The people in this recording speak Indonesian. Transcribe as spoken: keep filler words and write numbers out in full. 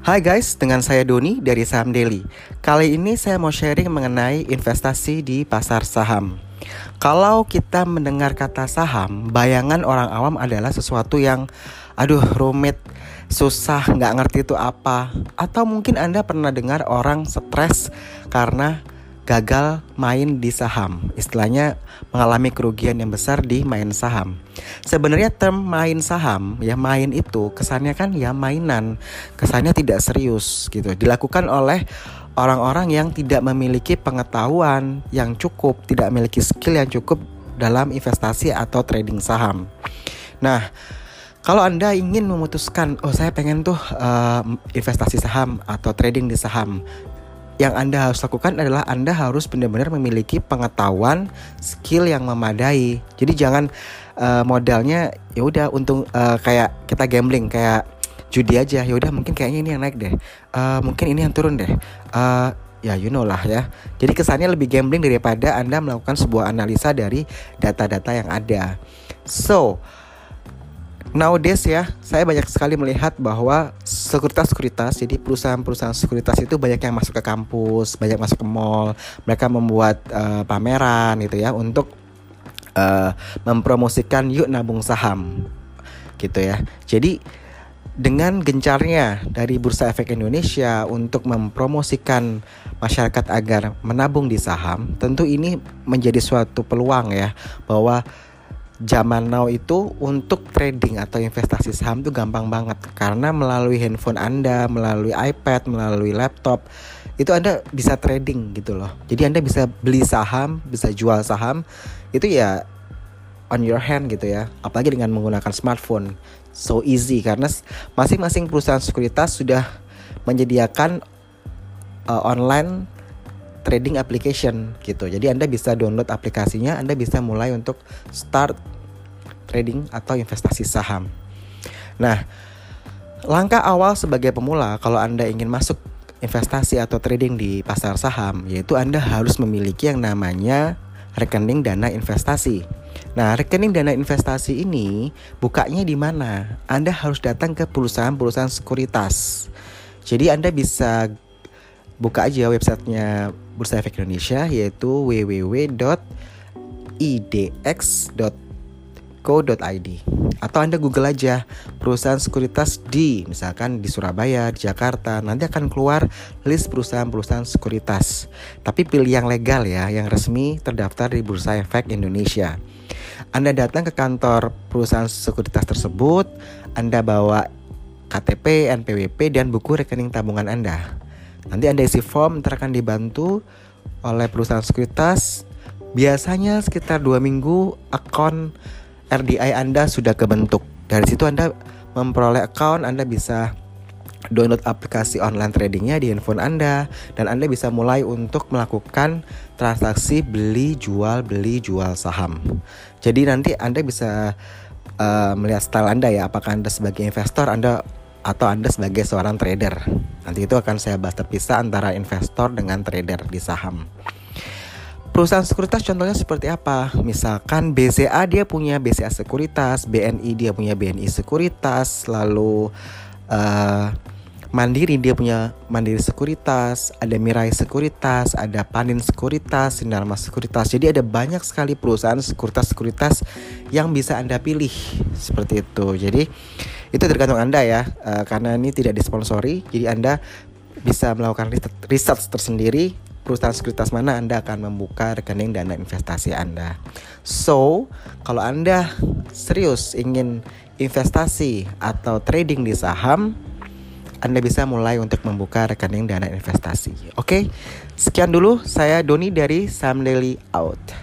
Hai guys, dengan saya Doni dari Saham Daily. Kali ini saya mau sharing mengenai investasi di pasar saham. Kalau kita mendengar kata saham, bayangan orang awam adalah sesuatu yang aduh rumit, susah, nggak ngerti itu apa. Atau mungkin Anda pernah dengar orang stres karena gagal main di saham. Istilahnya mengalami kerugian yang besar di main saham. Sebenarnya term main saham, ya main itu kesannya kan ya mainan, kesannya tidak serius gitu. Dilakukan oleh orang-orang yang tidak memiliki pengetahuan yang cukup, tidak memiliki skill yang cukup dalam investasi atau trading saham. Nah, kalau Anda ingin memutuskan, oh saya pengen tuh uh, investasi saham atau trading di saham, yang Anda harus lakukan adalah Anda harus benar-benar memiliki pengetahuan, skill yang memadai. Jadi jangan uh, modalnya ya udah untung uh, kayak kita gambling, kayak judi aja. Ya udah mungkin kayaknya ini yang naik deh. Uh, mungkin ini yang turun deh. Uh, ya you know lah ya. Jadi kesannya lebih gambling daripada Anda melakukan sebuah analisa dari data-data yang ada. So, nowadays ya, saya banyak sekali melihat bahwa sekuritas-sekuritas, jadi perusahaan-perusahaan sekuritas itu banyak yang masuk ke kampus, banyak masuk ke mall. Mereka membuat uh, pameran gitu ya untuk uh, mempromosikan yuk nabung saham gitu ya. Jadi dengan gencarnya dari Bursa Efek Indonesia untuk mempromosikan masyarakat agar menabung di saham, tentu ini menjadi suatu peluang ya, bahwa zaman now itu untuk trading atau investasi saham itu gampang banget. Karena melalui handphone Anda, melalui iPad, melalui laptop, itu Anda bisa trading gitu loh. Jadi Anda bisa beli saham, bisa jual saham, itu ya on your hand gitu ya. Apalagi dengan menggunakan smartphone, so easy. Karena masing-masing perusahaan sekuritas sudah menyediakan uh, online trading application gitu. Jadi Anda bisa download aplikasinya, Anda bisa mulai untuk start trading atau investasi saham. Nah, langkah awal sebagai pemula kalau Anda ingin masuk investasi atau trading di pasar saham, yaitu Anda harus memiliki yang namanya rekening dana investasi. Nah, rekening dana investasi ini bukanya di mana? Anda harus datang ke perusahaan-perusahaan sekuritas. Jadi Anda bisa buka aja websitenya Bursa Efek Indonesia, yaitu w w w dot i d x dot co dot i d, atau Anda Google aja perusahaan sekuritas di, misalkan di Surabaya, di Jakarta, nanti akan keluar list perusahaan-perusahaan sekuritas. Tapi pilih yang legal ya, yang resmi terdaftar di Bursa Efek Indonesia. Anda datang ke kantor perusahaan sekuritas tersebut, Anda bawa K T P, N P W P, dan buku rekening tabungan Anda. Nanti Anda isi form, ntar akan dibantu oleh perusahaan sekuritas. Biasanya sekitar dua minggu akun R D I Anda sudah kebentuk. Dari situ Anda memperoleh account, Anda bisa download aplikasi online tradingnya di handphone Anda, dan Anda bisa mulai untuk melakukan transaksi beli jual beli jual saham. Jadi nanti Anda bisa uh, melihat style Anda ya, apakah Anda sebagai investor Anda atau Anda sebagai seorang trader. Nanti itu akan saya bahas terpisah antara investor dengan trader di saham. Perusahaan sekuritas contohnya seperti apa? Misalkan B C A dia punya B C A Sekuritas, B N I dia punya B N I Sekuritas, lalu uh, Mandiri dia punya Mandiri Sekuritas, ada Mirai Sekuritas, ada Panin Sekuritas, Sinarmas Sekuritas. Jadi ada banyak sekali perusahaan sekuritas-sekuritas yang bisa Anda pilih seperti itu. Jadi itu tergantung Anda ya, uh, karena ini tidak disponsori. Jadi Anda bisa melakukan research tersendiri, perusahaan sekuritas mana Anda akan membuka rekening dana investasi Anda. So, kalau Anda serius ingin investasi atau trading di saham, Anda bisa mulai untuk membuka rekening dana investasi. Oke, sekian dulu, saya Doni dari Saham Daily out.